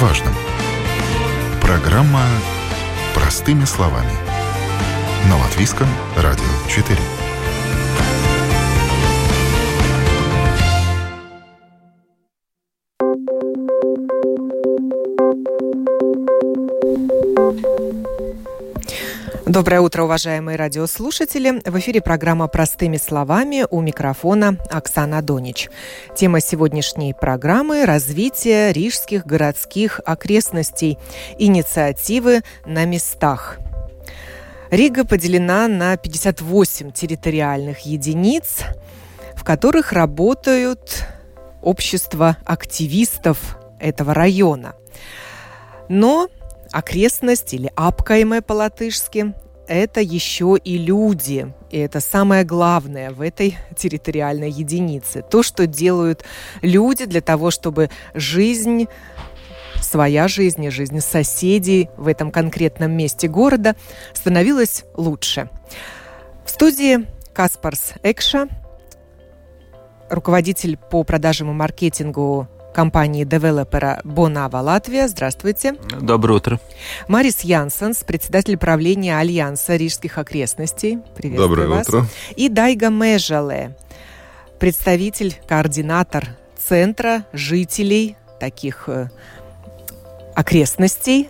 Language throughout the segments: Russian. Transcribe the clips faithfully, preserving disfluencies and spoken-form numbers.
важном. Программа «Простыми словами» на Латвийском радио четыре. Доброе утро, уважаемые радиослушатели. В эфире программа «Простыми словами», у микрофона Оксана Донич. Тема сегодняшней программы – развитие рижских городских окрестностей, инициативы на местах. Рига поделена на пятьдесят восемь территориальных единиц, в которых работают общества активистов этого района. Но окрестность, или апкаймē по-латышски, это еще и люди. И это самое главное в этой территориальной единице. То, что делают люди для того, чтобы жизнь, своя жизнь и жизнь соседей в этом конкретном месте города становилась лучше. В студии Каспарс Экша, руководитель по продажам и маркетингу компании-девелопера Bonava Латвия. Здравствуйте. Доброе утро. Марис Янсенс, председатель правления Альянса рижских окрестностей. Приветствую Доброе вас. утро. И Дайга Межале, представитель, координатор центра жителей таких э, окрестностей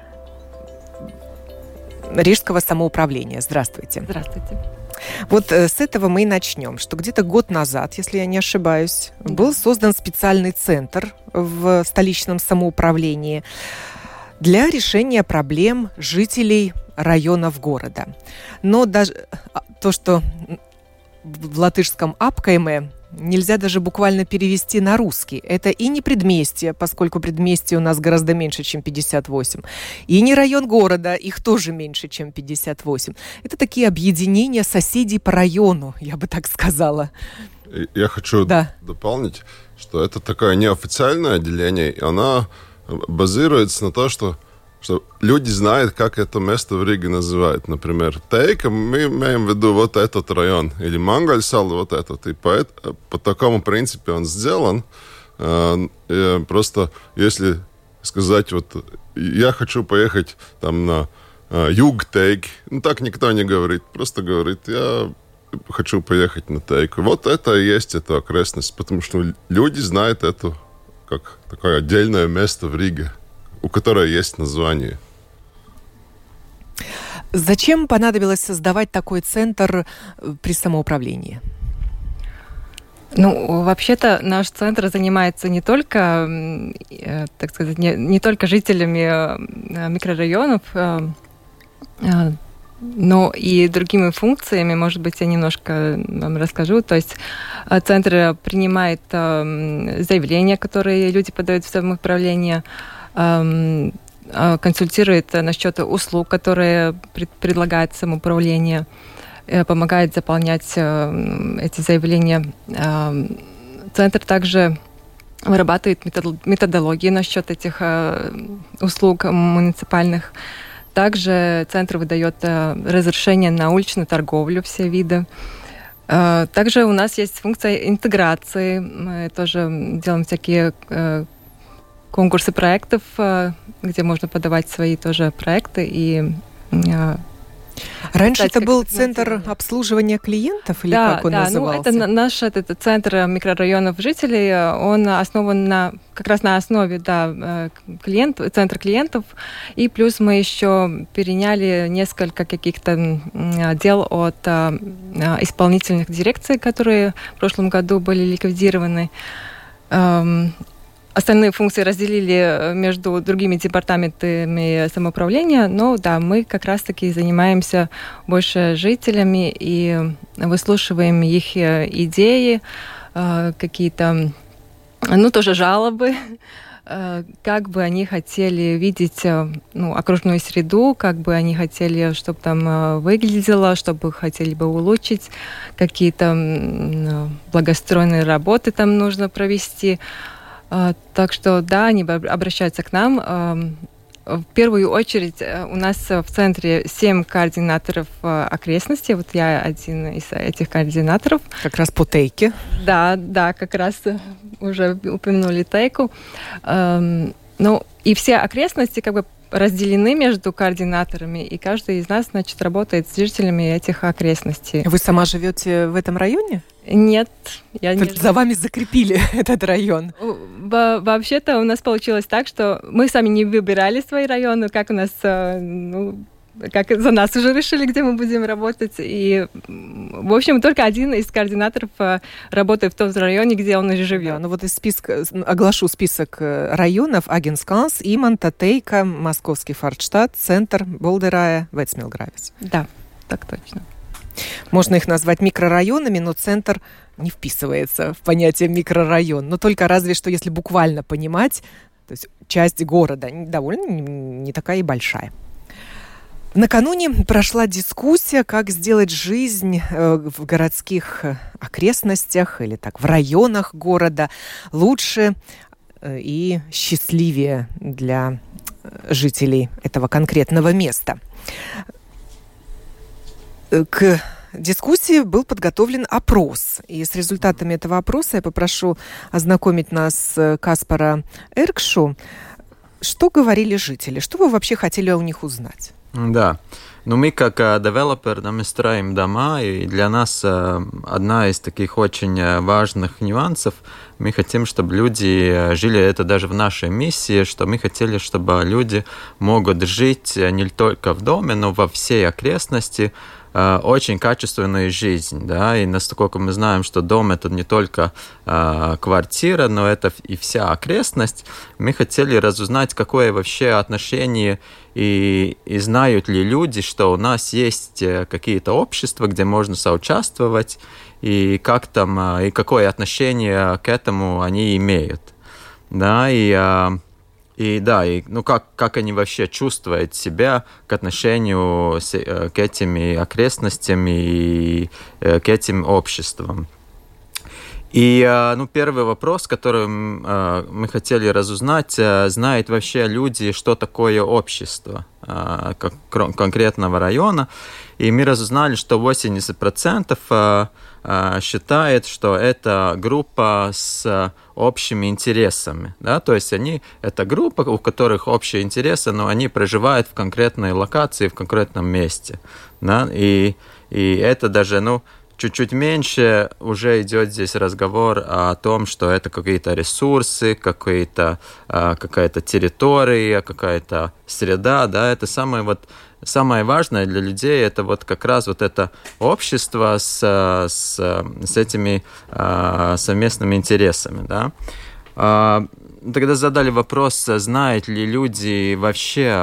Рижского самоуправления. Здравствуйте. Здравствуйте. Вот э, с этого мы и начнем, что где-то год назад, если я не ошибаюсь, да. был создан специальный центр в столичном самоуправлении для решения проблем жителей районов города. Но даже то, что в латышском апкаймē нельзя даже буквально перевести на русский. Это и не предместье, поскольку предместье у нас гораздо меньше, чем пятьдесят восемь. И не район города, их тоже меньше, чем пятьдесят восемь. Это такие объединения соседей по району, я бы так сказала. Я хочу да. дополнить, что это такое неофициальное отделение, и оно базируется на том, что что люди знают, как это место в Риге называют. Например, Тейка, мы имеем в виду вот этот район, или Мангальсала вот этот. И по, по такому принципу он сделан. Просто если сказать, вот я хочу поехать там на юг Тейк, ну так никто не говорит, просто говорит, я хочу поехать на Тейку. Вот это и есть эта окрестность, потому что люди знают это как такое отдельное место в Риге, у которой есть название. Зачем понадобилось создавать такой центр при самоуправлении? Ну, вообще-то наш центр занимается не только, так сказать, не, не только жителями микрорайонов, но и другими функциями. Может быть, я немножко вам расскажу. То есть центр принимает заявления, которые люди подают в самоуправление, консультирует насчет услуг, которые предлагает самоуправление, помогает заполнять эти заявления. Центр также вырабатывает методологии насчет этих услуг муниципальных. Также центр выдает разрешение на уличную торговлю, все виды. Также у нас есть функция интеграции. Мы тоже делаем всякие конкурсы проектов, где можно подавать свои тоже проекты. И раньше это был центр обслуживания клиентов, или да, как он да, назывался? Ну, это наш этот, центр микрорайонов жителей, он основан на, как раз на основе да, клиент, центра клиентов, и плюс мы еще переняли несколько каких-то дел от исполнительных дирекций, которые в прошлом году были ликвидированы. Остальные функции разделили между другими департаментами самоуправления, но да, мы как раз-таки занимаемся больше жителями и выслушиваем их идеи, какие-то, ну, тоже жалобы, как бы они хотели видеть ну, окружную среду, как бы они хотели, чтобы там выглядело, чтобы хотели бы улучшить, какие-то благоустроенные работы там нужно провести. Так что, да, они обращаются к нам. В первую очередь у нас в центре семь координаторов окрестностей. Вот я один из этих координаторов. Как раз по Тейке. Да, да, как раз уже упомянули Тейку. Ну, и все окрестности как бы разделены между координаторами, и каждый из нас, значит, работает с жителями этих окрестностей. Вы сама живете в этом районе? Нет, я не... За вами закрепили этот район. Во- вообще-то у нас получилось так, что мы сами не выбирали свои районы, как у нас, ну, как за нас уже решили, где мы будем работать. И, в общем, только один из координаторов работает в том районе, где он уже живет. Да, ну вот из списка, оглашу список районов: Агенсканс, Иман, Татейка, Московский Форштадт, Центр, Болдерая, Вецмилгравец. Да, так точно. Можно их назвать микрорайонами, но центр не вписывается в понятие микрорайон. Но только разве что, если буквально понимать, то есть часть города довольно не такая и большая. Накануне прошла дискуссия, как сделать жизнь в городских окрестностях или так в районах города лучше и счастливее для жителей этого конкретного места. К дискуссии был подготовлен опрос. И с результатами этого опроса я попрошу ознакомить нас Каспара Эркшу. Что говорили жители? Что вы вообще хотели у них узнать? Да. Ну, мы как девелопер, да, мы строим дома, и для нас одна из таких очень важных нюансов, мы хотим, чтобы люди жили, это даже в нашей миссии, что мы хотели, чтобы люди могут жить не только в доме, но во всей окрестности, очень качественную жизнь, да, и насколько мы знаем, что дом — это не только э, квартира, но это и вся окрестность, мы хотели разузнать, какое вообще отношение и, и знают ли люди, что у нас есть какие-то общества, где можно соучаствовать, и как там, и какое отношение к этому они имеют, да, и э, И да, и, ну как, как они вообще чувствуют себя к отношению с, к этим окрестностям и к этим обществам. И ну, первый вопрос, который мы хотели разузнать, знают вообще люди, что такое общество конкретного района. И мы разузнали, что восемьдесят процентов считает, что это группа с общими интересами. Да? То есть они, это группа, у которых общие интересы, но они проживают в конкретной локации, в конкретном месте. Да? И, и это даже, ну, чуть-чуть меньше уже идет здесь разговор о том, что это какие-то ресурсы, какие-то, какая-то территория, какая-то среда. Да? Это самое вот Самое важное для людей — это вот как раз вот это общество с, с, с этими а, совместными интересами. Да? А, тогда задали вопрос, знают ли люди вообще,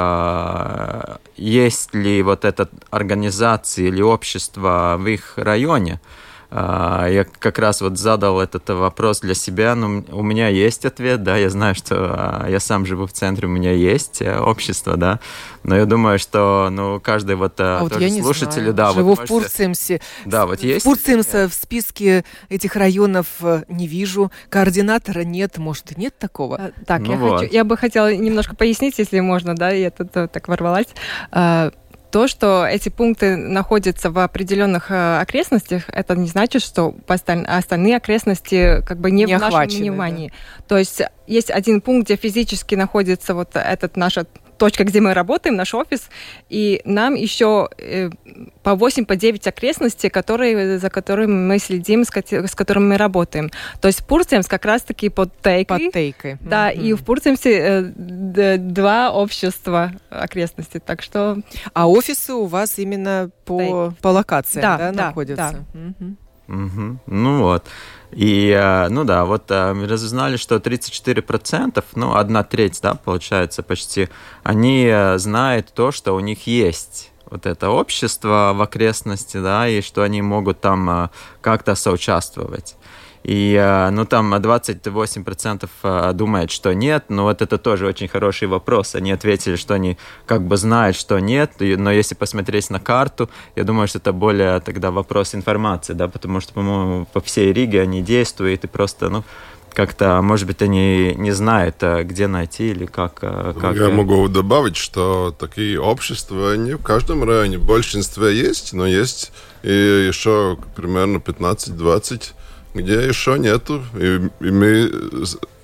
а, есть ли вот эта организация или общество в их районе. Я как раз вот задал этот вопрос для себя, но у меня есть ответ, да, я знаю, что я сам живу в центре, у меня есть общество, да, но я думаю, что, ну, каждый вот, а тоже вот я не слушатели, знаю. да, живу вот в Пурцемсе, да, вот есть. В Пурцемсе в списке этих районов не вижу, координатора нет, может, и нет такого? Так, ну я, вот. хочу, я бы хотела немножко пояснить, если можно, да, я тут так ворвалась. То, что эти пункты находятся в определенных окрестностях, это не значит, что остальные окрестности как бы не, не в нашем внимании. Да. То есть есть один пункт, где физически находится вот этот наша точка, где мы работаем, наш офис, и нам еще э, по восемь, по девять окрестностей, которые, за которыми мы следим, с, с которыми мы работаем. То есть Пурцемс как раз-таки под Тейкой. Под Тейкой. Да, mm-hmm. И в Пурцемсе э, д- два общества окрестностей, так что... А офисы у вас именно по, по локациям, да, да, да, находятся? Да. Mm-hmm. Угу. Ну вот. И, ну да, вот мы разузнали, что тридцать четыре процента, ну, одна треть, да, получается почти, они знают то, что у них есть вот это общество в окрестности, да, и что они могут там как-то соучаствовать. И, ну, там двадцать восемь процентов думают, что нет, но вот это тоже очень хороший вопрос. Они ответили, что они как бы знают, что нет, но если посмотреть на карту, я думаю, что это более тогда вопрос информации, да, потому что, по-моему, по всей Риге они действуют, и просто, ну, как-то, может быть, они не знают, где найти или как... как... Я могу добавить, что такие общества не в каждом районе, в большинстве есть, но есть и еще примерно пятнадцать-двадцать, где еще нету. И, и мы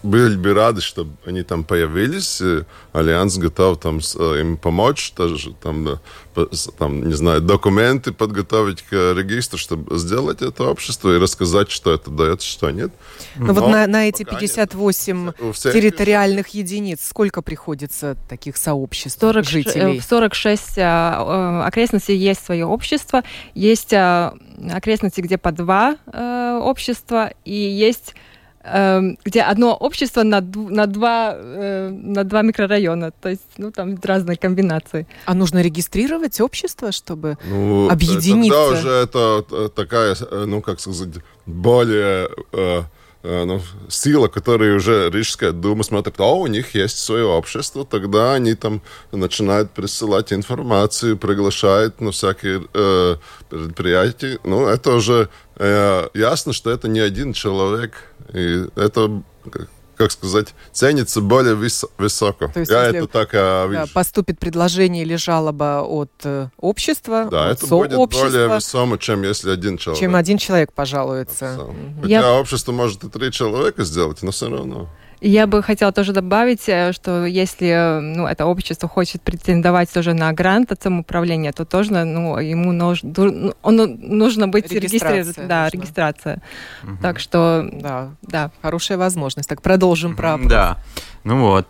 были бы рады, чтобы они там появились. Альянс готов там, им помочь, даже там, там, не знаю, документы подготовить к регистру, чтобы сделать это общество и рассказать, что это дает, что нет. Но, Но вот на, на эти пятьдесят восемь всех... территориальных единиц сколько приходится таких сообществ сорок, жителей? В сорок шесть окрестностей есть свое общество, есть окрестности, где по два общества, и есть где одно общество на, на, два, на два микрорайона. То есть, ну, там разные комбинации. А нужно регистрировать общество, чтобы ну, объединиться? Тогда уже это такая, ну, как сказать, более ну, сила, которая уже Рижская дума смотрит, о, у них есть свое общество, тогда они там начинают присылать информацию, приглашают на всякие э, мероприятия. Ну, это уже э, ясно, что это не один человек, и это, как сказать, ценится более вис- высоко. То есть, Я если это так а, вижу. Поступит предложение или жалоба от э, общества, да, от это будет сообщества, более весомо, чем если один человек. Чем один человек пожалуется. Хотя Я... общество может и три человека сделать, но все равно. Я бы хотела тоже добавить, что если ну, это общество хочет претендовать тоже на грант от самоуправления, то тоже ну, ему нужно, он, нужно быть регистрирован. Да, регистрация. Угу. Так что, да, да. Хорошая возможность. Так, продолжим про опрос. Да, ну вот.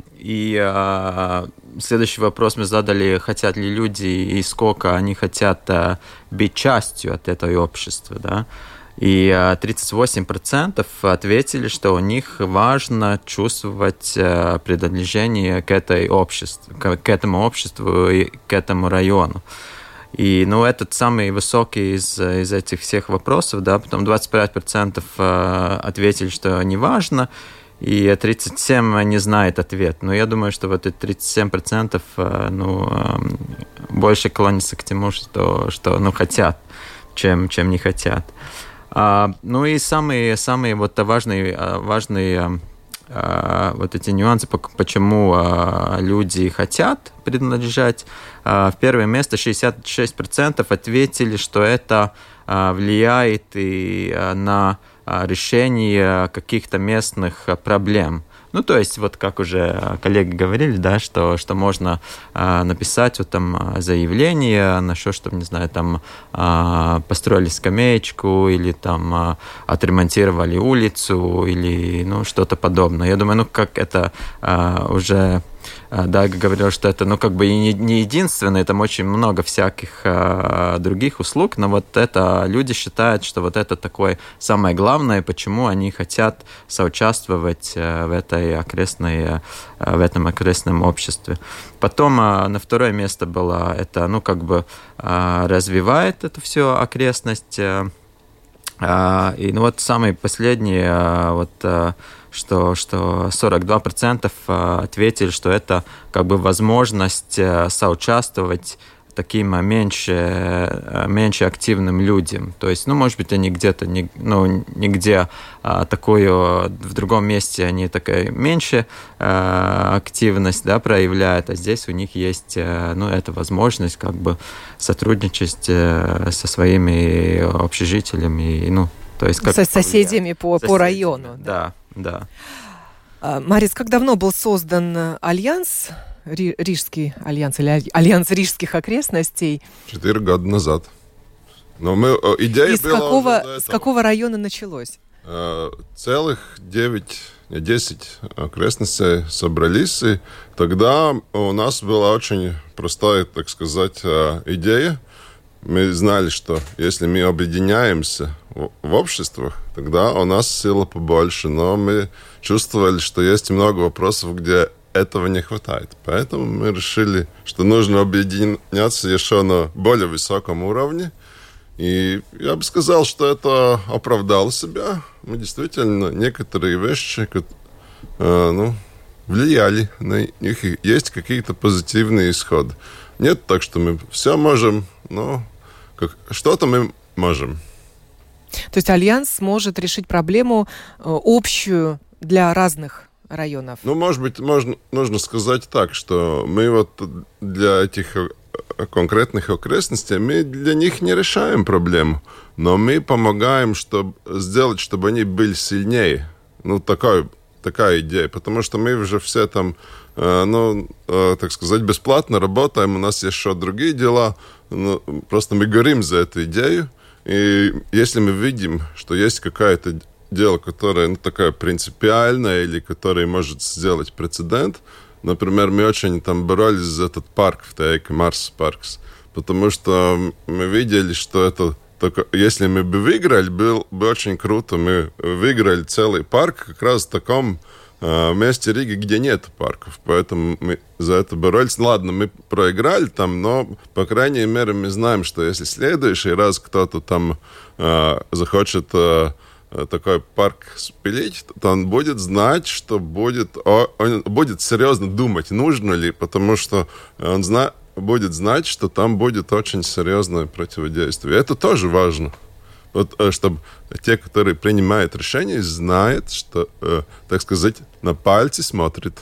И следующий вопрос мы задали, хотят ли люди и сколько они хотят быть частью от этого общества, да. И тридцать восемь процентов ответили, что у них важно чувствовать принадлежение к, этой обществу, к этому обществу и к этому району. И ну, этот самый высокий из, из этих всех вопросов, да, потом двадцать пять процентов ответили, что не важно, и тридцать семь процентов не знает ответ. Но я думаю, что вот эти тридцать семь процентов ну, больше клонятся к тому, что, что ну, хотят, чем, чем не хотят. Uh, ну и самые, самые вот важные, важные uh, вот эти нюансы, почему uh, люди хотят принадлежать. Uh, в первое место шестьдесят шесть процентов ответили, что это uh, влияет и, uh, на uh, решение каких-то местных проблем. Ну, то есть, вот как уже коллеги говорили, да, что, что можно э, написать вот там заявление на что, чтобы, не знаю, там э, построили скамеечку или там э, отремонтировали улицу или, ну, что-то подобное. Я думаю, ну, как это э, уже... Да, говорил, что это, ну, как бы и не единственное, там очень много всяких э, других услуг, но вот это люди считают, что вот это такое самое главное, почему они хотят соучаствовать э, в этой окрестной, э, в этом окрестном обществе. Потом э, на второе место было это, ну, как бы э, развивает эту всю окрестность. Э, э, и ну, вот самый последний, э, вот э, что, что сорок два процента ответили, что это как бы возможность соучаствовать таким меньше, меньше активным людям. То есть, ну, может быть, они где-то, не, ну, нигде а, такое, в другом месте они такая меньше а, активность, да, проявляют, а здесь у них есть, а, ну, эта возможность как бы сотрудничать а, со своими общежителями, ну, то есть как со соседями по, соседями, по району. Да, да. да. Марис, как давно был создан Альянс, Рижский альянс, или Альянс рижских окрестностей? Четыре года назад. Но мы, идея И с была какого, с какого района началось? Целых девять, десять окрестностей собрались, и тогда у нас была очень простая, так сказать, идея. Мы знали, что если мы объединяемся в, в обществах, тогда у нас сила побольше. Но мы чувствовали, что есть много вопросов, где этого не хватает. Поэтому мы решили, что нужно объединяться еще на более высоком уровне. И я бы сказал, что это оправдало себя. Мы действительно некоторые вещи э, ну, влияли на них. Есть какие-то позитивные исходы. Нет так, что мы все можем, но как, что-то мы можем. То есть Альянс может решить проблему э, общую для разных районов? Ну, может быть, можно, нужно сказать так, что мы вот для этих конкретных окрестностей, мы для них не решаем проблему, но мы помогаем чтобы, сделать, чтобы они были сильнее. Ну, такой такая идея, потому что мы уже все там, ну, так сказать, бесплатно работаем, у нас есть еще другие дела, ну, просто мы горим за эту идею, и если мы видим, что есть какая-то дело, которое, ну, такое принципиальное или которое может сделать прецедент. Например, мы очень там боролись за этот парк в Тейке, Марс Паркс, потому что мы видели, что это только, если мы бы выиграли, было бы очень круто. Мы выиграли целый парк как раз в таком э, месте Риги, где нет парков, поэтому мы за это боролись. Ладно, мы проиграли там, но, по крайней мере, мы знаем, что если в следующий раз кто-то там э, захочет... Э, такой парк спилить, то он будет знать, что будет, он будет серьезно думать, нужно ли, потому что он зна, будет знать, что там будет очень серьезное противодействие. Это тоже важно. Вот, чтобы те, которые принимают решения, знают, что, так сказать, на пальцы смотрят.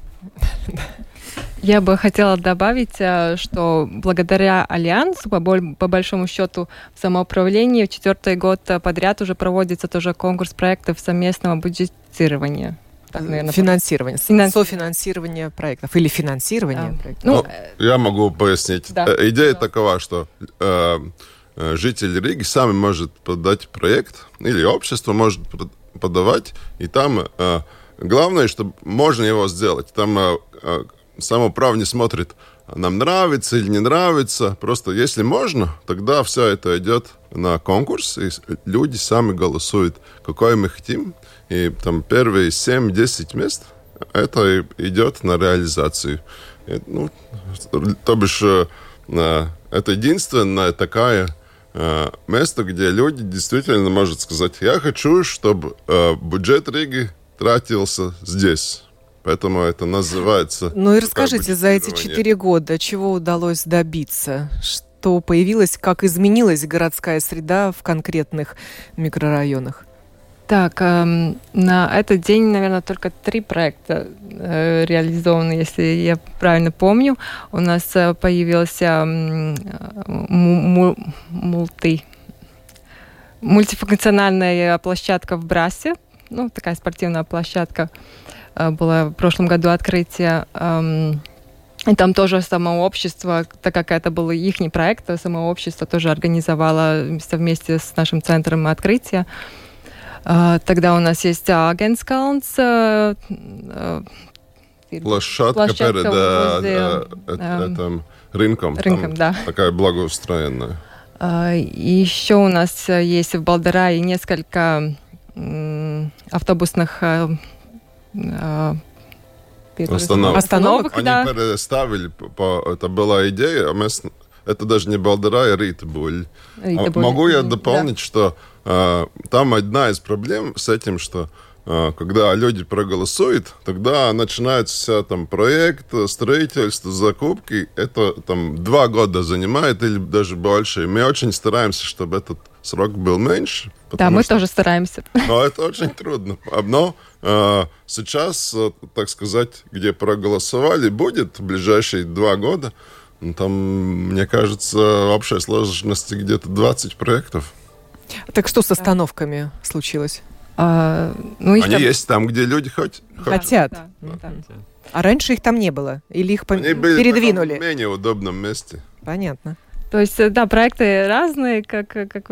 Я бы хотела добавить, что благодаря Альянсу, по, по большому счету, в самоуправлении в четвертый год подряд уже проводится тоже конкурс проектов совместного бюджетирования. Так, наверное, финансирование, Финанс... софинансирование проектов или финансирование а, проектов. Ну, я могу пояснить. Да. Идея да. такова, что э, житель Риги сами может подать проект, или общество может подавать, и там э, главное, чтобы можно его сделать. Там э, самоуправ не смотрит, нам нравится или не нравится. Просто если можно, тогда все это идет на конкурс, и люди сами голосуют, какой мы хотим. И там первые семь-десять мест, это идет на реализацию. И, ну, то бишь, это единственное такое место, где люди действительно могут сказать, я хочу, чтобы бюджет Риги тратился здесь. Поэтому это называется... Ну и расскажите, за эти четыре года чего удалось добиться? Что появилось, как изменилась городская среда в конкретных микрорайонах? Так, э, на этот день, наверное, только три проекта э, реализованы, если я правильно помню. У нас появился мульти, мультифункциональная площадка в Брасе, ну, такая спортивная площадка. Было в прошлом году открытие. И там тоже самообщество, так как это был их проект, самообщество тоже организовало вместе с нашим центром открытия. Тогда у нас есть Агенскалнс, площадка, площадка перед возле, э, э, рынком, рынком да. Такая благоустроенная. И еще у нас есть в Балдарае несколько автобусных Остановок. Остановок, Они да. переставили, по, это была идея, это даже не Балдарая, а Ритбуль. Могу я дополнить, да. что э, там одна из проблем с этим, что э, когда люди проголосуют, тогда начинается вся там проект, строительство, закупки. Это там два года занимает или даже больше. И мы очень стараемся, чтобы этот срок был меньше. Да, мы что... тоже стараемся. Но это очень трудно. Но э, сейчас, так сказать, где проголосовали, будет в ближайшие два года. Там, мне кажется, общая сложность где-то двадцать проектов. Так что с остановками да. случилось? А, ну, Они там... есть там, где люди хоть... хотят. Да, да, да. А раньше их там не было? Или их Они были передвинули? в менее удобном месте. Понятно. То есть, да, проекты разные, как, как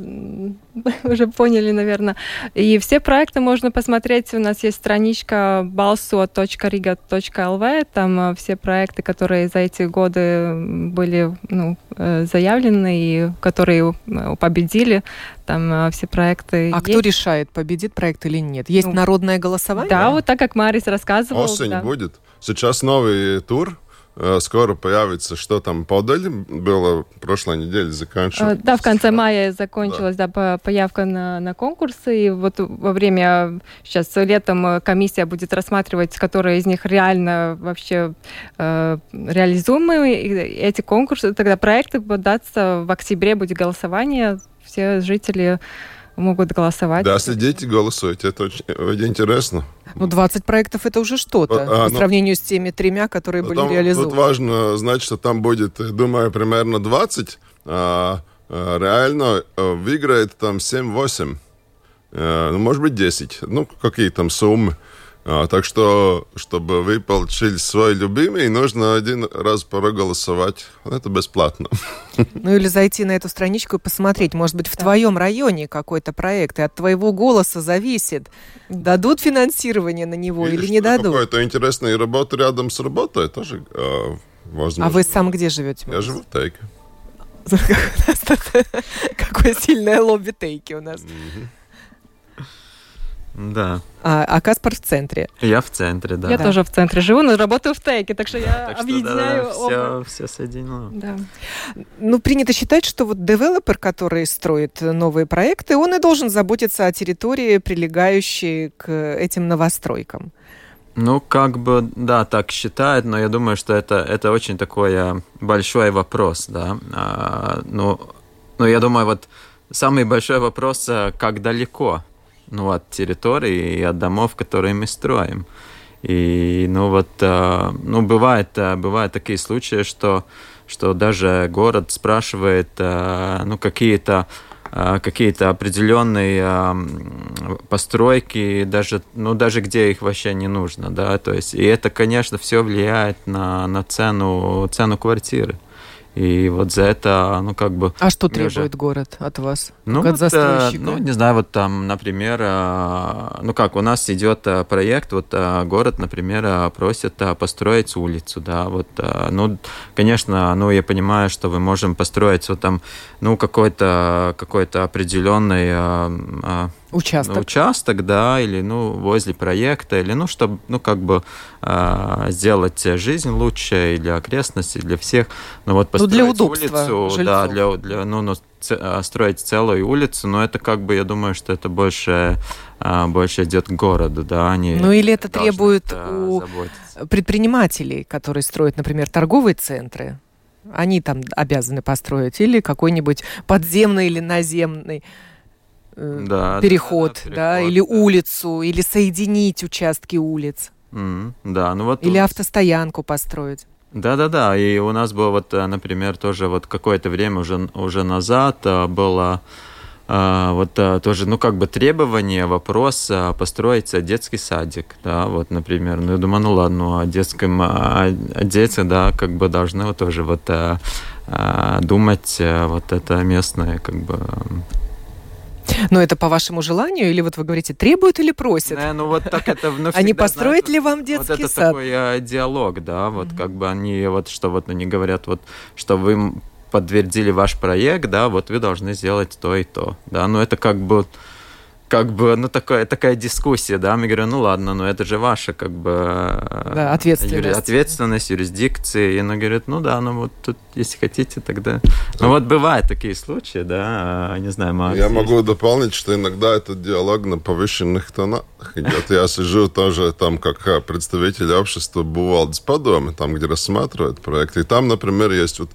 вы уже поняли, наверное. И все проекты можно посмотреть. У нас есть страничка balso точка riga точка эл ви. Там все проекты, которые за эти годы были ну, заявлены и которые победили. Там все проекты А есть. Кто решает, победит проект или нет? Есть ну, народное голосование? Да, вот так, как Марис рассказывал. Осень да. будет. Сейчас новый тур. Скоро появится, что там подали, было прошлой неделе заканчивалось. Да, в конце мая закончилась да. Да, появка на, на конкурсы. И вот во время, сейчас летом комиссия будет рассматривать, которые из них реально вообще э, реализуемы. И эти конкурсы, тогда проекты податься в октябре, будет голосование. Все жители могут голосовать. Да, следите, голосуйте. Это очень, очень интересно. Ну, двадцать проектов – это уже что-то а, по ну, сравнению с теми тремя, которые были там, реализованы. Тут важно знать, что там будет, думаю, примерно двадцать, а, а реально а, выиграет там семь-восемь, а, ну, может быть, десять. Ну, какие там суммы. А, так что, чтобы вы получили свой любимый, нужно один раз проголосовать. Это бесплатно. Ну или зайти на эту страничку и посмотреть. Может быть, в да. твоем районе какой-то проект, и от твоего голоса зависит, дадут финансирование на него или, или не дадут. Какая-то интересная работа рядом с работой тоже э, возможно. А вы сам где живете? Я живу в Тейке. Какое сильное лобби Тейки у нас. Да. А, а Каспар в центре? Я в центре, да. Я да. тоже в центре живу, но работаю в Тейке, так что я так объединяю что, да, оба. Все, все соединено. Да. Ну, принято считать, что вот девелопер, который строит новые проекты, он и должен заботиться о территории, прилегающей к этим новостройкам. Ну, как бы, да, так считают, но я думаю, что это, это очень такой большой вопрос, да. А, ну, ну, я думаю, вот самый большой вопрос, как далеко, ну, от территории и от домов, которые мы строим. И, ну, вот, ну, бывает, бывают такие случаи, что, что даже город спрашивает, ну, какие-то какие-то определенные постройки, даже, ну, даже где их вообще не нужно, да, то есть, и это, конечно, все влияет на, на цену, цену квартиры. И вот за это, ну, как бы... А что требует уже... город от вас? Ну, как вот, застройщика? Ну, не знаю, вот там, например, ну как, у нас идет проект, вот город, например, просит построить улицу, да, вот, ну, конечно, ну, я понимаю, что мы можем построить вот там, ну, какой-то, какой-то определенный... Участок. Ну, участок, да, или, ну, возле проекта, или, ну, чтобы, ну, как бы э, сделать жизнь лучше и для окрестностей, для всех. Ну, вот построить ну, для удобства улицу, жильцов. да, для, для, ну, ну, ц- строить целую улицу, но это, как бы, я думаю, что это больше, э, больше идет к городу, да, они ну, или это должны требует это у заботиться. Предпринимателей, которые строят, например, торговые центры. Они там обязаны построить или какой-нибудь подземный или наземный Да, переход, да, да, да, переход, или да. улицу, или соединить участки улиц, Mm, да, ну вот или тут... автостоянку построить. Да-да-да, и у нас было вот, например, тоже вот какое-то время уже, уже назад было вот тоже, ну, как бы требование, вопрос построить детский садик, да, вот, например. Ну, я думаю, ну, ладно, ну, о детском, о дети, да, как бы должны вот тоже вот думать вот это местное, как бы... Но это по вашему желанию, или вот вы говорите, требуют или просят? Не, ну вот так это... Ну, они всегда, построят знаешь, ли вам детский вот это сад? такой а, диалог, да, вот mm-hmm. как бы они вот, что вот они говорят, вот, что вы подтвердили ваш проект, да, вот вы должны сделать то и то, да, но это как бы... как бы, ну, такая, такая дискуссия, да, мы говорим, ну, ладно, но это же ваша, как бы... Да, ответственность. Юри, ответственность, юрисдикция, и она говорит, ну, да, ну, вот тут, если хотите, тогда... Ну, вот бывают такие случаи, да, не знаю, Макс. Я могу дополнить, что иногда этот диалог на повышенных тонах идет. Я сижу тоже там, как представитель общества Бувалдс Падоме, там, где рассматривают проекты, и там, например, есть вот...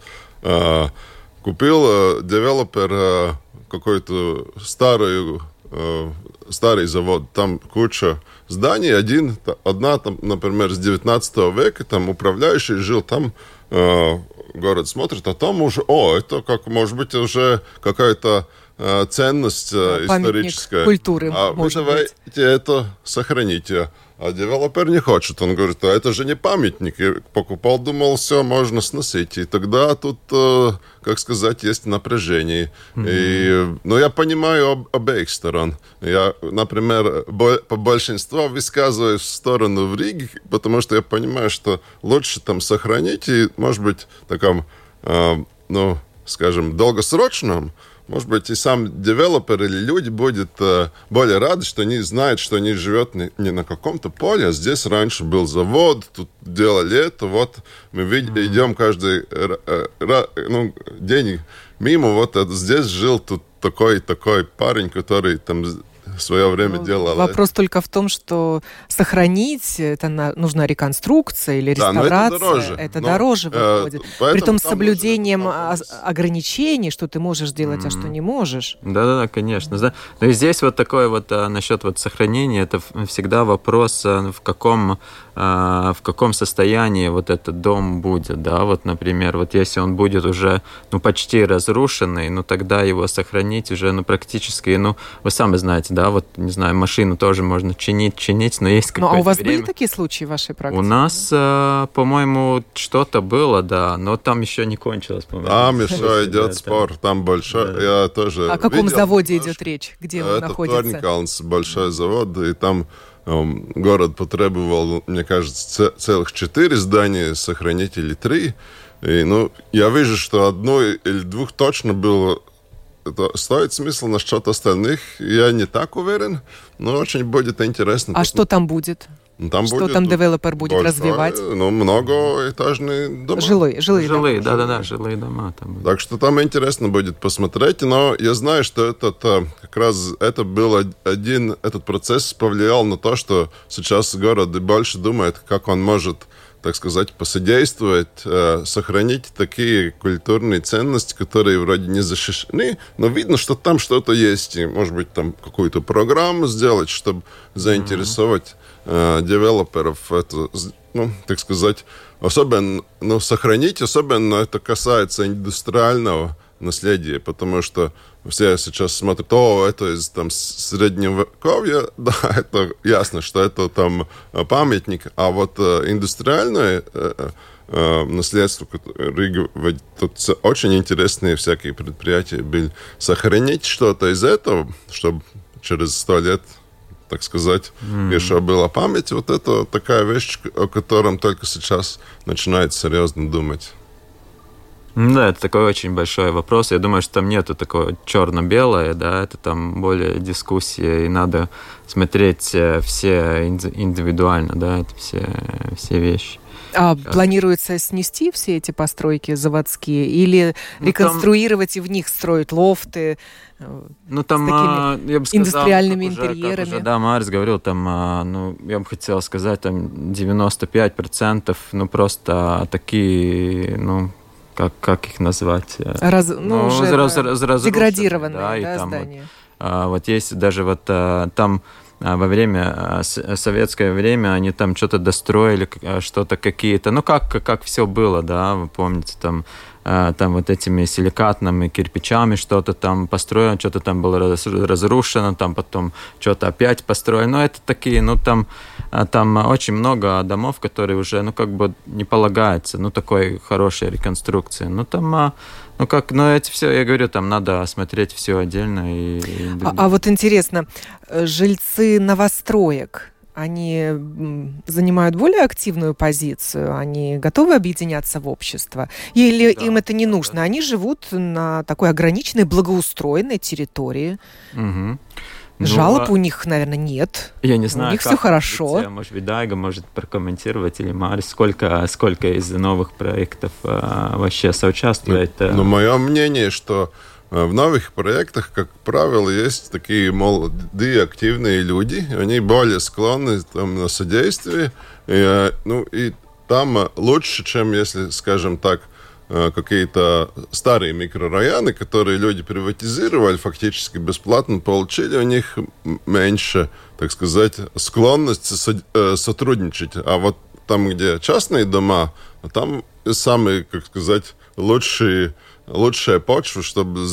Купил девелопер какой-то старый старый завод, там куча зданий, один, одна, там, например, с девятнадцатого века, там управляющий жил, там э, город смотрит, а там уже, о, это как, может быть, уже какая-то э, ценность э, историческая. Культуры, а может вы давайте быть. это сохраните. А девелопер не хочет. Он говорит, а это же не памятник. Я покупал, думал, все, можно сносить. И тогда тут, э, как сказать, есть напряжение. Mm-hmm. И, ну, я понимаю об, обеих сторон. Я, например, бо, по большинству высказываюсь в сторону в Риге, потому что я понимаю, что лучше там сохранить и, может быть, таком, э, ну, скажем, долгосрочном, может быть, и сам девелопер или люди будут э, более рады, что они знают, что они живут не, не на каком-то поле, а здесь раньше был завод, тут делали это, вот мы видим, mm-hmm. идем каждый э, э, ну, день мимо, вот это, здесь жил тут такой-такой парень, который там в свое время ну, делал. Вопрос только в том, что сохранить, это на, нужна реконструкция или реставрация. Да, это дороже, это но, дороже выходит. Э, Притом с соблюдением ограничений, что ты можешь делать, mm-hmm. а что не можешь. Да-да-да, конечно. Да. Но и здесь вот такое вот а, насчет вот сохранения, это всегда вопрос, а, в каком, а, в каком состоянии вот этот дом будет, да, вот, например, вот если он будет уже, ну, почти разрушенный, ну, тогда его сохранить уже, ну, практически, ну, вы сами знаете, да, да, вот, не знаю, машину тоже можно чинить, чинить, но есть какое-то время. Ну, а у вас время. были такие случаи в вашей практике? У нас, да? по-моему, что-то было, да, но там еще не кончилось, по-моему. Там еще идет да, спор, там, там большой, да. я тоже О каком видел, заводе идет речь, где он это находится? Это Торникалнс, большой завод, и там um, город потребовал, мне кажется, целых четыре здания сохранить или три. И, ну, я вижу, что одно или двух точно было. Это стоит смысл насчет остальных. Я не так уверен, но очень будет интересно. А посмотреть. Что там будет? Там что будет там девелопер будет большой, развивать? Ну, многоэтажные дома. Жилые, жилые, жилые дома. Да-да-да, жилые дома. Там так что там интересно будет посмотреть. Но я знаю, что этот, как раз это был один, этот процесс повлиял на то, что сейчас город больше думает, как он может, так сказать, посодействовать, э, сохранить такие культурные ценности, которые вроде не защищены, но видно, что там что-то есть. И, может быть, там какую-то программу сделать, чтобы заинтересовать э, девелоперов. Это, ну, так сказать, особенно, ну, сохранить, особенно это касается индустриального наследия, потому что все сейчас смотрят, о, это из там средневековья, да, это ясно, что это там памятник, а вот э, индустриальное э, э, наследство, Рига, тут очень интересные всякие предприятия были. Сохранить что-то из этого, чтобы через сто лет, так сказать, mm. еще была память, вот это такая вещь, о котором только сейчас начинает серьезно думать. Да, это такой очень большой вопрос. Я думаю, что там нету такого черно-белое, да, это там более дискуссия, и надо смотреть все индивидуально, да, это все, все вещи. А как? Планируется снести все эти постройки заводские или ну, реконструировать там... и в них строить лофты ну, там, с такими я бы сказал, индустриальными уже, интерьерами? Уже, да, Марс говорил, там, ну, я бы хотел сказать, там девяносто пять процентов, ну, просто такие, ну, Как, как их назвать? Раз, ну, ну, уже раз, раз, раз, деградированные, да, да, и там здания. Вот, а, вот есть даже вот а, там а, во время, а, с, советское время, они там что-то достроили, а, что-то какие-то, ну, как, как все было, да, вы помните, там, а, там вот этими силикатными кирпичами что-то там построено, что-то там было раз, разрушено, там потом что-то опять построено, ну, это такие, ну, там, а, там очень много домов, которые уже, ну, как бы не полагается, ну, такой хорошей реконструкции, ну, там, а, ну, как, ну, это все, я говорю, там надо осмотреть все отдельно. И, и... А, а вот интересно, жильцы новостроек, они занимают более активную позицию, они готовы объединяться в общество? Или да, им это не да, нужно? Да. Они живут на такой ограниченной, благоустроенной территории. Угу. Жалоб ну, у них, наверное, нет. Я не знаю, у них все хорошо. Быть, может быть, Дайга может прокомментировать, или Марис, сколько, сколько из новых проектов а, вообще соучаствует? Ну, ну, мое мнение, что в новых проектах, как правило, есть такие молодые, активные люди, они более склонны там, на содействие, и, ну, и там лучше, чем, если, скажем так, какие-то старые микрорайоны, которые люди приватизировали, фактически бесплатно получили, у них меньше, так сказать, склонность сотрудничать. А вот там, где частные дома, там самые, как сказать, лучшие, лучшая почва, чтобы...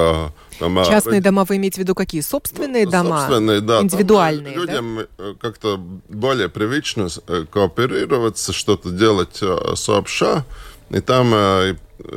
Там, частные дома вы имеете в виду какие? Собственные ну, дома? Собственные, да. Индивидуальные, там людям да? как-то более привычно кооперироваться, что-то делать сообща. И там э,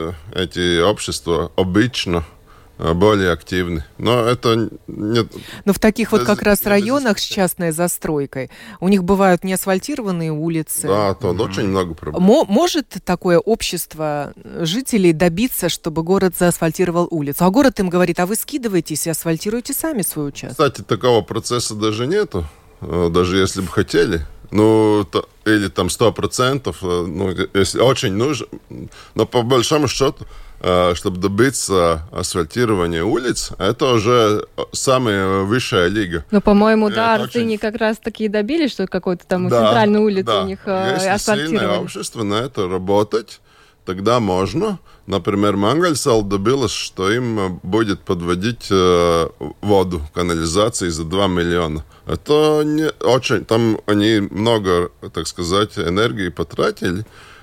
эти общества обычно э, более активны. Но это нет... Но в таких вот как раз районах с частной застройкой у них бывают неасфальтированные улицы. Да, там mm-hmm. очень много проблем. Мо- может такое общество жителей добиться, чтобы город заасфальтировал улицу? А город им говорит, а вы скидываетесь и асфальтируете сами свой участок. Кстати, такого процесса даже нету, даже если бы хотели. Ну, то, или там сто процентов, ну, если очень нужно. Но по большому счету, чтобы добиться асфальтирования улиц, это уже самая высшая лига. Ну, по-моему, да, Арцини очень... как раз таки добились, что какой-то там да, центральной улицы да. у них если асфальтировали. Если сильное общество на это работать, тогда можно. Например, Мангальсал добилась, что им будет подводить э, воду, канализации за два миллиона. Это не очень... Там они много, так сказать, энергии потратили,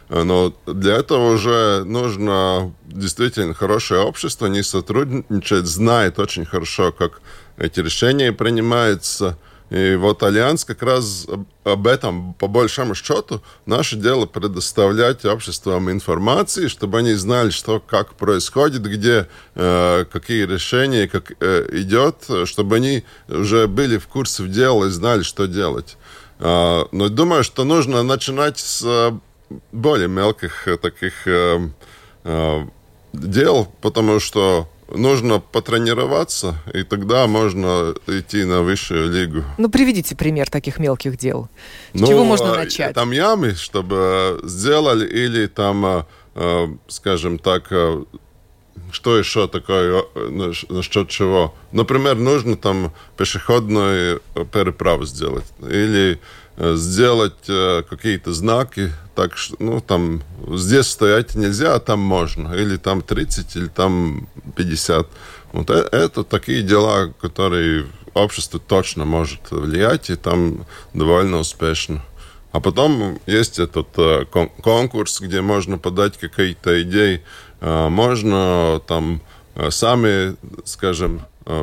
Но для этого уже нужно действительно хорошее общество, они сотрудничают, знают очень хорошо, как эти решения принимаются. И вот Альянс как раз об этом, по большому счету, наше дело предоставлять обществам информации, чтобы они знали, что, как происходит, где, э, какие решения, как э, идет, чтобы они уже были в курсе дела и знали, что делать. Э, но думаю, что нужно начинать с более мелких таких э, э, дел, потому что нужно потренироваться, и тогда можно идти на высшую лигу. Ну, приведите пример таких мелких дел. С ну, чего можно начать? Там ямы, чтобы сделали, или там, скажем так, что еще такое, насчет чего? Например, нужно там пешеходную переправу сделать, или сделать какие-то знаки, так что, ну, там, здесь стоять нельзя, а там можно. Или там тридцать, или там пятьдесят. Вот это такие дела, которые общество точно может влиять, и там довольно успешно. А потом есть этот кон- конкурс, где можно подать какие-то идеи. Можно там сами, скажем,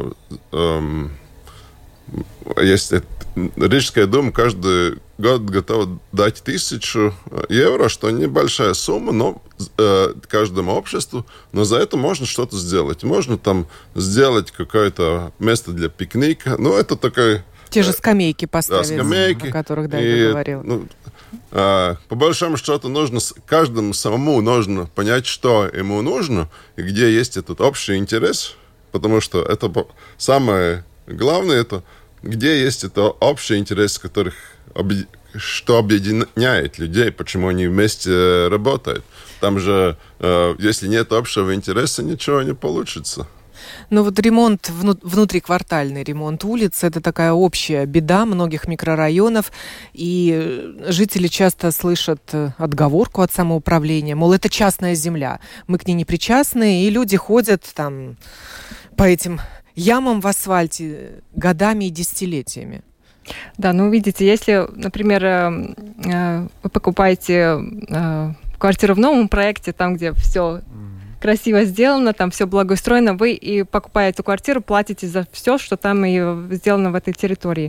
есть Рижская дума каждый год готова дать тысячу евро, что небольшая сумма, но э, каждому обществу, но за это можно что-то сделать. Можно там сделать какое-то место для пикника. Ну, это такое... Те же скамейки поставить, да, скамейки, о которых Дарья и, говорила. Ну, э, по большому счету, нужно каждому самому нужно понять, что ему нужно, и где есть этот общий интерес, потому что это самое главное, это где есть это общий интерес, которых, что объединяет людей, почему они вместе работают. Там же, э, если нет общего интереса, ничего не получится. Но вот ремонт, внутриквартальный ремонт улиц, это такая общая беда многих микрорайонов, и жители часто слышат отговорку от самоуправления, мол, это частная земля, мы к ней не причастны, и люди ходят там по этим ямам в асфальте годами и десятилетиями. Да, ну, видите, если, например, вы покупаете квартиру в новом проекте, там, где все красиво сделано, там все благоустроено, вы и покупая эту квартиру, платите за все, что там и сделано в этой территории.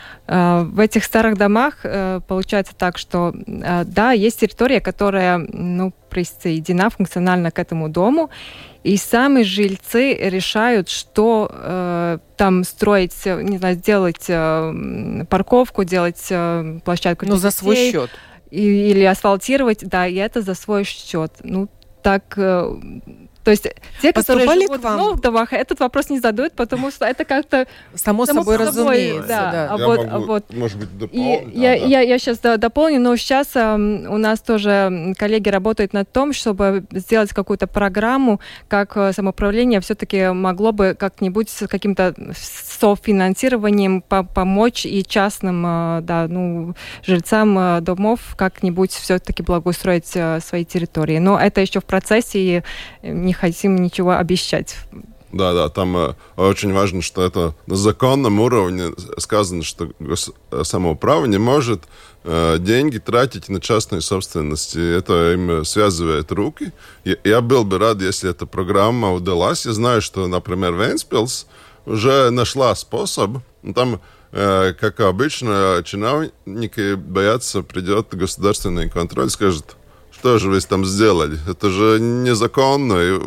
В этих старых домах получается так, что да, есть территория, которая, ну, присоединена функционально к этому дому, и сами жильцы решают, что э, там строить, не знаю, делать э, парковку, делать э, площадку для детей. Ну, за свой счет. И, или асфальтировать, да, и это за свой счет. Ну, так... Э, то есть те, которые Поступали живут в новых домах, этот вопрос не задают, потому что это как-то... Само, само собой, собой разумеется. Да. Да. А я вот, могу, а вот, может быть, дополнить. И я, да. я, я сейчас да, дополню, но сейчас э, у нас тоже коллеги работают над том, чтобы сделать какую-то программу, как самоуправление все-таки могло бы как-нибудь с каким-то софинансированием по- помочь и частным э, да, ну, жильцам э, домов как-нибудь все-таки благоустроить э, свои территории. Но это еще в процессе, и не хотим ничего обещать. Да, да, там э, очень важно, что это на законном уровне сказано, что самоуправа не может э, деньги тратить на частную собственность. И это им связывает руки. Я, я был бы рад, если эта программа удалась. Я знаю, что, например, Вентспилс уже нашла способ. Там, э, как обычно, чиновники боятся, придет государственный контроль, скажет, что же вы там сделали? Это же незаконно.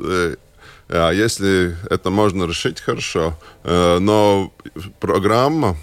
А если это можно решить, хорошо. Но программа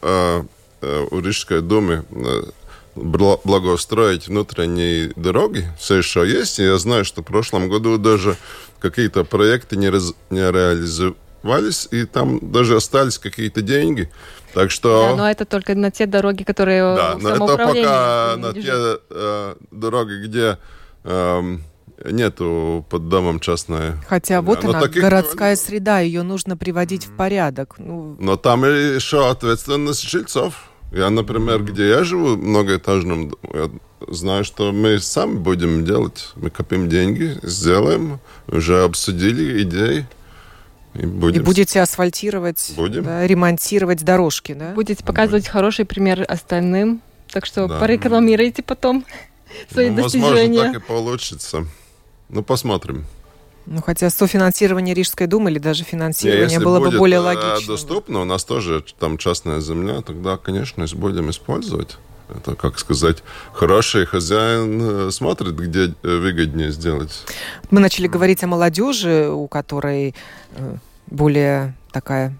у Рижской думы благоустроить внутренние дороги все еще есть. Я знаю, что в прошлом году даже какие-то проекты не, раз, не реализовались, и там даже остались какие-то деньги. Так что... Да, но это только на те дороги, которые да, в это самоуправлении. пока на те э, дороги, где э, нету под домом частной. Хотя вот но она, таких... городская среда, ее нужно приводить в порядок. Ну... Но там еще ответственность жильцов. Я, например, где я живу, в многоэтажном, я знаю, что мы сами будем делать. Мы копим деньги, сделаем, уже обсудили идеи. И, будем... и будете асфальтировать, да, ремонтировать дорожки, да? Будете показывать будем. Хороший пример остальным. Так что да. порекламируйте потом. свои ну, достижения. Возможно, так и получится. Ну, посмотрим. Ну, хотя софинансирование Рижской думы или даже финансирование Если было будет бы более логично. доступно, у нас тоже там частная земля, тогда, конечно, будем использовать. Это, как сказать, хороший хозяин смотрит, где выгоднее сделать. Мы начали говорить о молодежи, у которой более такая...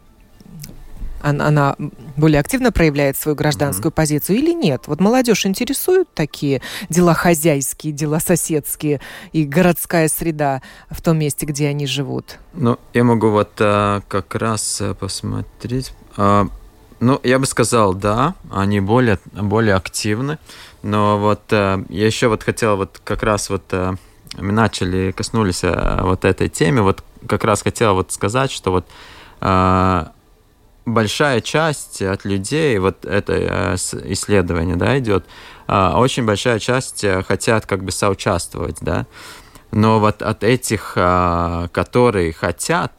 Она более активно проявляет свою гражданскую mm-hmm. позицию или нет? Вот молодежь интересует такие дела хозяйские, дела соседские и городская среда в том месте, где они живут? Ну, я могу вот а, как раз посмотреть. А, ну, я бы сказал, да, они более, более активны. Но вот а, я еще вот хотел вот как раз вот... А, мы начали, коснулись а, вот этой темы. Вот как раз хотел вот сказать, что вот... А, большая часть от людей, вот это исследование, да, идет, очень большая часть хотят как бы соучаствовать, да, но вот от этих, которые хотят,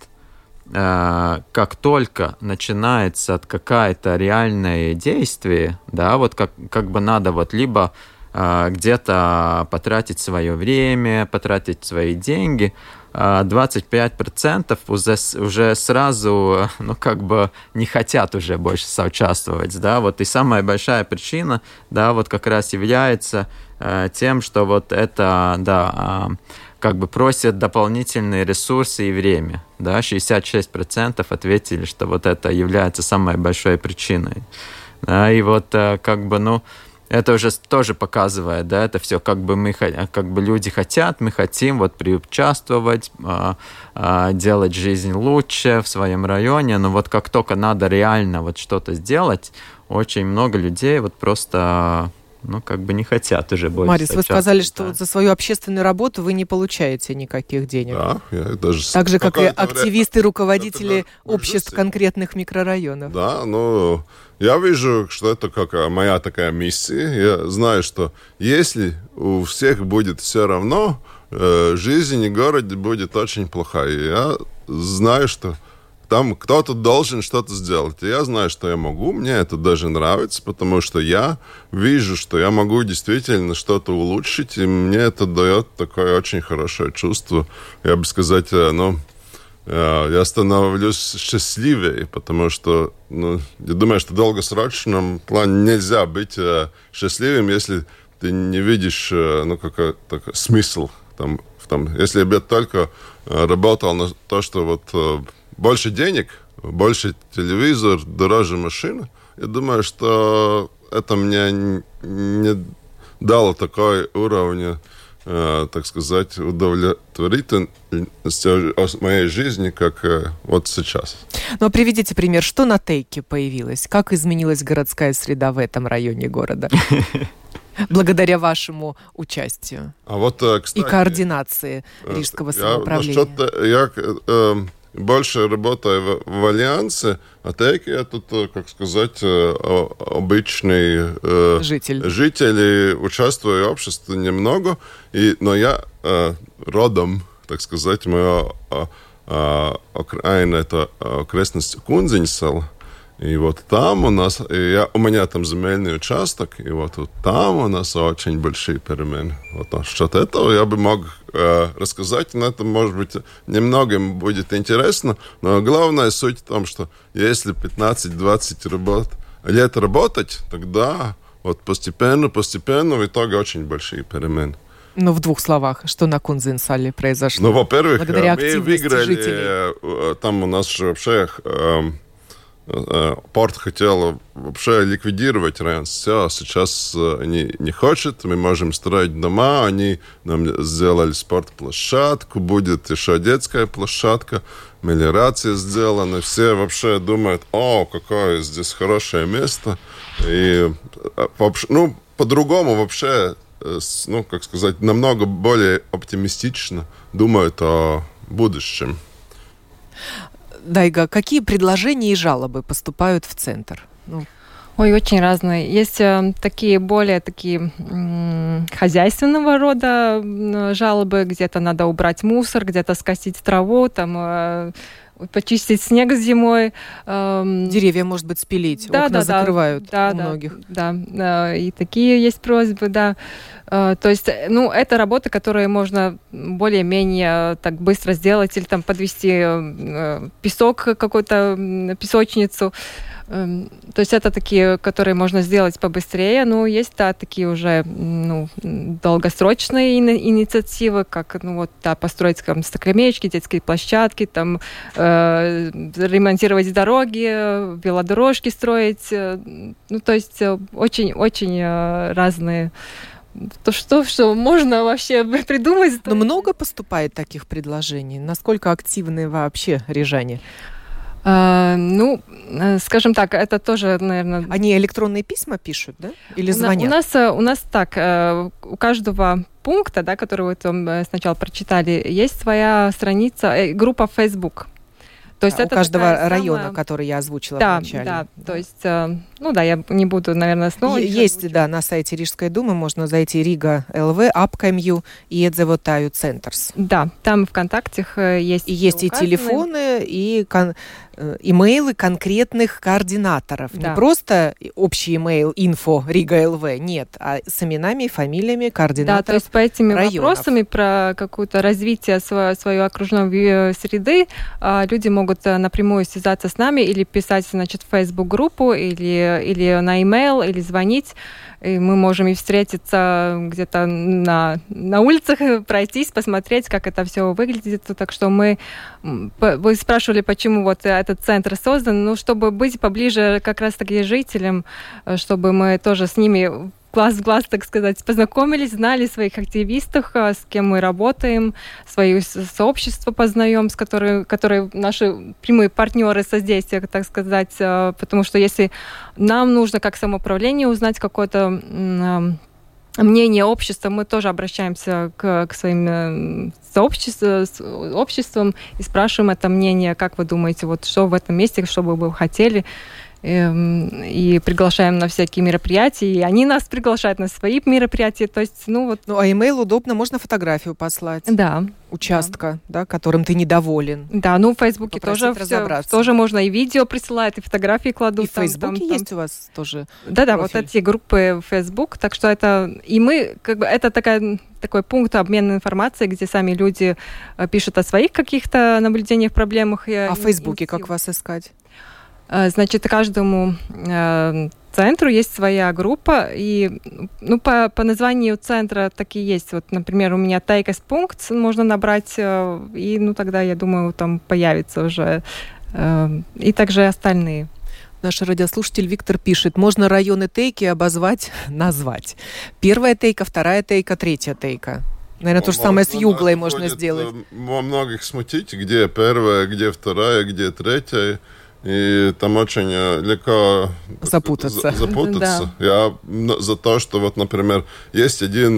как только начинается какое-то реальное действие, да, вот как, как бы надо вот либо где-то потратить свое время, потратить свои деньги, двадцать пять процентов уже, уже сразу, ну, как бы не хотят уже больше соучаствовать, да, вот и самая большая причина, да, вот как раз является э, тем, что вот это, да, э, как бы просят дополнительные ресурсы и время, да, шестьдесят шесть процентов ответили, что вот это является самой большой причиной, да, и вот э, как бы, ну, это уже тоже показывает, да, это все как бы мы, как бы люди хотят, мы хотим вот приучаствовать, а, а, делать жизнь лучше в своем районе, но вот как только надо реально вот что-то сделать, очень много людей вот просто, ну, как бы не хотят уже больше. Марис, вы сказали, что да. за свою общественную работу вы не получаете никаких денег. Да, я даже... Так же, как и активисты, время... руководители обществ конкретных микрорайонов. Да, ну... Я вижу, что это как моя такая миссия. Я знаю, что если у всех будет все равно, жизнь в городе будет очень плохая. Я знаю, что там кто-то должен что-то сделать. И я знаю, что я могу. Мне это даже нравится, потому что я вижу, что я могу действительно что-то улучшить, и мне это дает такое очень хорошее чувство. Я бы сказать, ну... я становлюсь счастливее, потому что, ну, я думаю, что в долгосрочном плане нельзя быть э, счастливым, если ты не видишь, э, ну, какой-то смысл. Там, в том. Если бы я только э, работал на то, что вот э, больше денег, больше телевизор, дороже машина, я думаю, что это мне не дало такой уровень, так сказать, удовлетворительность моей жизни, как вот сейчас. Ну, а приведите пример, что на Тейке появилось? Как изменилась городская среда в этом районе города? Благодаря вашему участию а вот, кстати, и координации Рижского самоуправления. Я, я больше работаю в, в Альянсе, а Тейке я тут, как сказать, обычный э, житель. житель и участвую в обществе немного, и, но я э, родом, так сказать, моя э, э, окраина, это окрестность Кунзенсала. И вот там у нас, и я, у меня там земельный участок, и вот, вот там у нас очень большие перемены. Вот насчет этого я бы мог э, рассказать, но это, может быть, немногим будет интересно, но главная суть в том, что если пятнадцать-двадцать работ, лет работать, тогда вот постепенно-постепенно в итоге очень большие перемены. Ну, в двух словах, что на Кунзенсале произошло? Ну, во-первых, благодаря мы выиграли, жителей. Там у нас же вообще... Э, Порт хотел вообще ликвидировать район. Все, сейчас они не хотят. Мы можем строить дома. Они нам сделали спортплощадку. Будет еще детская площадка. Мелиорация сделана. Все вообще думают, о, какое здесь хорошее место. И, ну, по-другому вообще, ну, как сказать, намного более оптимистично думают о будущем. Дайга, какие предложения и жалобы поступают в центр? Ну. Ой, очень разные. Есть э, такие более такие м- хозяйственного рода жалобы, где-то надо убрать мусор, где-то скосить траву, там э, почистить снег зимой. Эм... Деревья, может быть, спилить, да, окна да, закрывают да, у да, многих. Да, да, и такие есть просьбы, да. То есть, ну, это работа, которую можно более-менее так быстро сделать, или там подвести песок, какую-то песочницу. То есть это такие, которые можно сделать побыстрее, но есть, да, такие уже, ну, долгосрочные инициативы, как, ну, вот, да, построить там стокомеечки, детские площадки, там, э, ремонтировать дороги, велодорожки строить, ну, то есть очень-очень разные. То что, что можно вообще придумать? Но много поступает таких предложений? Насколько активны вообще рижане? Uh, ну, скажем так, это тоже, наверное... Они электронные письма пишут, да? Или звонят? У нас, у нас так, у каждого пункта, да, который вы там сначала прочитали, есть своя страница, группа в Facebook. То есть а, это у каждого района, самая... который я озвучила да, вначале. Да, да. То есть, ну да, я не буду, наверное, снова... Есть, озвучивать. Да, на сайте Рижской думы можно зайти Рига ЛВ, Апкамью и Эдзевотаю Центрс. Да, там ВКонтакте есть... И есть и телефоны, и кон... имейлы конкретных координаторов. Да. Не просто общий имейл инфо Рига ЛВ, нет, а с именами и фамилиями координаторов. Да, то есть по этими районов. Вопросами про какое-то развитие своей, своей окружной среды люди могут напрямую связаться с нами или писать, значит, в Facebook-группу, или, или на e-mail, или звонить. И мы можем и встретиться где-то на, на улицах, пройтись, посмотреть, как это все выглядит. Так что мы... Вы спрашивали, почему вот этот центр создан. Ну, чтобы быть поближе как раз-таки жителям, чтобы мы тоже с ними... глаз в глаз, так сказать, познакомились, знали своих активистов, с кем мы работаем, свое сообщество познаем, с которой, которые наши прямые партнеры содействия, так сказать, потому что если нам нужно как самоуправление узнать какое-то мнение общества, мы тоже обращаемся к, к своим сообществам, обществам и спрашиваем это мнение, как вы думаете, вот что в этом месте, что бы вы хотели, и приглашаем на всякие мероприятия, и они нас приглашают на свои мероприятия, то есть, ну вот... Ну, а имейл удобно, можно фотографию послать. Да. Участка, да, да которым ты недоволен. Да, ну, в Фейсбуке тоже, все, тоже можно и видео присылают, и фотографии кладут. И в Фейсбуке там, есть там... у вас тоже Да-да, вот эти группы в Facebook, так что это... И мы, как бы, это такая... такой пункт обмена информацией, где сами люди пишут о своих каких-то наблюдениях, проблемах. А в Фейсбуке как вас искать? Значит, каждому э, центру есть своя группа, и ну, по, по названию центра так и есть. Вот, например, у меня Тайкас пункт можно набрать, э, и ну, тогда, я думаю, там появится уже, э, и также остальные. Наш радиослушатель Виктор пишет, можно районы Тейки обозвать, назвать. Первая Тейка, вторая Тейка, третья Тейка. Наверное, то же самое с Юглой можно сделать. Во многих смутить, где первая, где вторая, где третья. И там очень легко запутаться. запутаться. Да. Я за то, что вот, например, есть один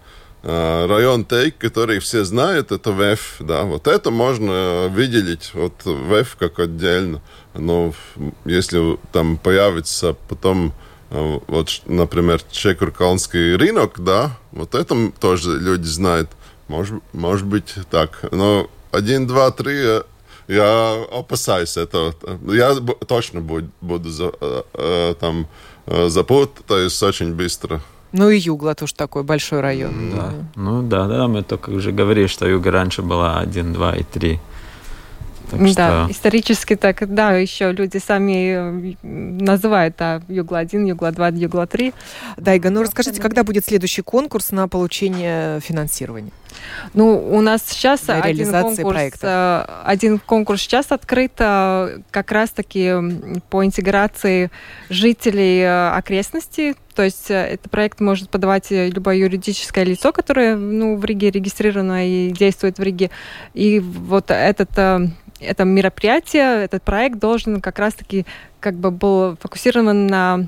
э, район Тейк, который все знают, это ВЭФ, да, вот это можно выделить, вот ВЭФ как отдельно. Но если там появится потом, э, вот, например, Чекуркалнский рынок, да, вот это тоже люди знают. Может, может быть так. Но один, два, три... Я опасаюсь этого. Я точно буду, буду за, э, там запутаюсь очень быстро. Ну и Югла тоже такой большой район. Да. Ну да, да, мы только уже говорили, что Юга раньше была один, два и три. Так да, что... исторически так, да, еще люди сами называют, да, Югла один, Югла два, Югла три. Дайга, ну расскажите, когда будет следующий конкурс на получение финансирования? Ну, у нас сейчас один конкурс, один конкурс сейчас открыт как раз-таки по интеграции жителей окрестностей. То есть этот проект может подавать любое юридическое лицо, которое ну, в Риге регистрировано и действует в Риге. И вот этот, это мероприятие, этот проект должен как раз-таки как бы был фокусирован на...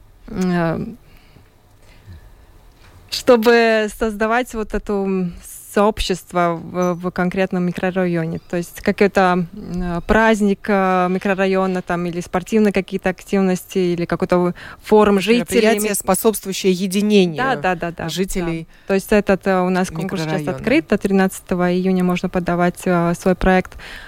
чтобы создавать вот эту сообщество в, в конкретном микрорайоне. То есть какой-то э, праздник э, микрорайона там, или спортивные какие-то активности, или какой-то форум жителей. Мероприятие, способствующее единению да, да, да, да, жителей. Да. То есть этот э, у нас конкурс сейчас открыт. До тринадцатого июня можно подавать э, свой проект.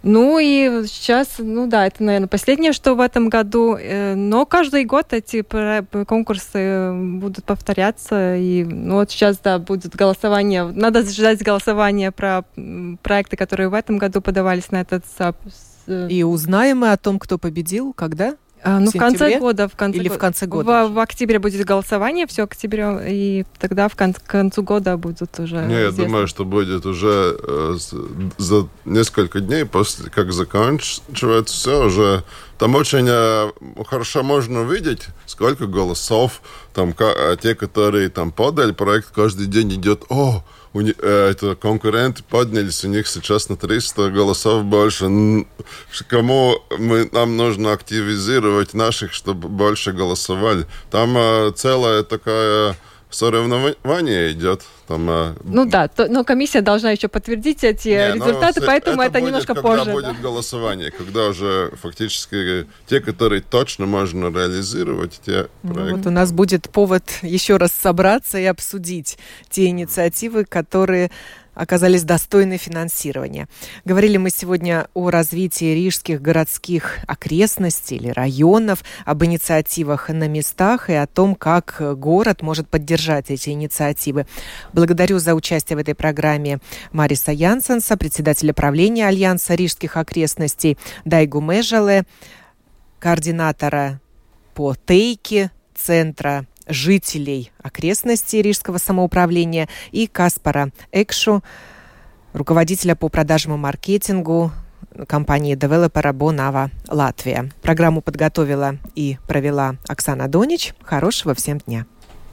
Ну и сейчас, ну да, это, наверное, последнее, что в этом году. Но каждый год эти конкурсы будут повторяться. И ну, вот сейчас, да, будет голосование. Надо ждать голосования про проекты, которые в этом году подавались на этот САП. И узнаем мы о том, кто победил, когда? А, ну, в, в конце года. В конце Или года. в конце года? В, в октябре будет голосование, все октября, и тогда в кон- к концу года будут уже Не, я известны. думаю, что будет уже э, за несколько дней после, как заканчивается все, уже там очень э, хорошо можно увидеть, сколько голосов, там, к, те, которые там подали проект, каждый день идет, о, у них, э, это конкуренты поднялись, у них сейчас на триста голосов больше. Кому мы, нам нужно активизировать наших, чтобы больше голосовали. Там э, целая такая соревнование идет. Там, э... Ну да, то, но комиссия должна еще подтвердить эти Не, результаты, ну, поэтому это, это будет, немножко когда позже. Когда будет да. голосование, когда уже фактически те, которые точно можно реализировать, те ну, проекты. Вот у нас будет повод еще раз собраться и обсудить те инициативы, которые оказались достойны финансирования. Говорили мы сегодня о развитии рижских городских окрестностей или районов, об инициативах на местах и о том, как город может поддержать эти инициативы. Благодарю за участие в этой программе Мариса Янсенса, председателя правления Альянса рижских окрестностей, Дайгу Межале, координатора по Тейке, центра жителей окрестностей Рижского самоуправления, и Каспара Экшу, руководителя по продажам и маркетингу компании девелопера Bonava Латвия. Программу подготовила и провела Оксана Донич. Хорошего всем дня.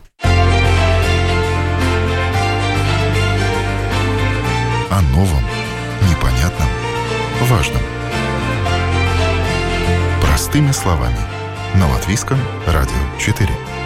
О новом, непонятном, важном. Простыми словами. На Латвийском радио четыре.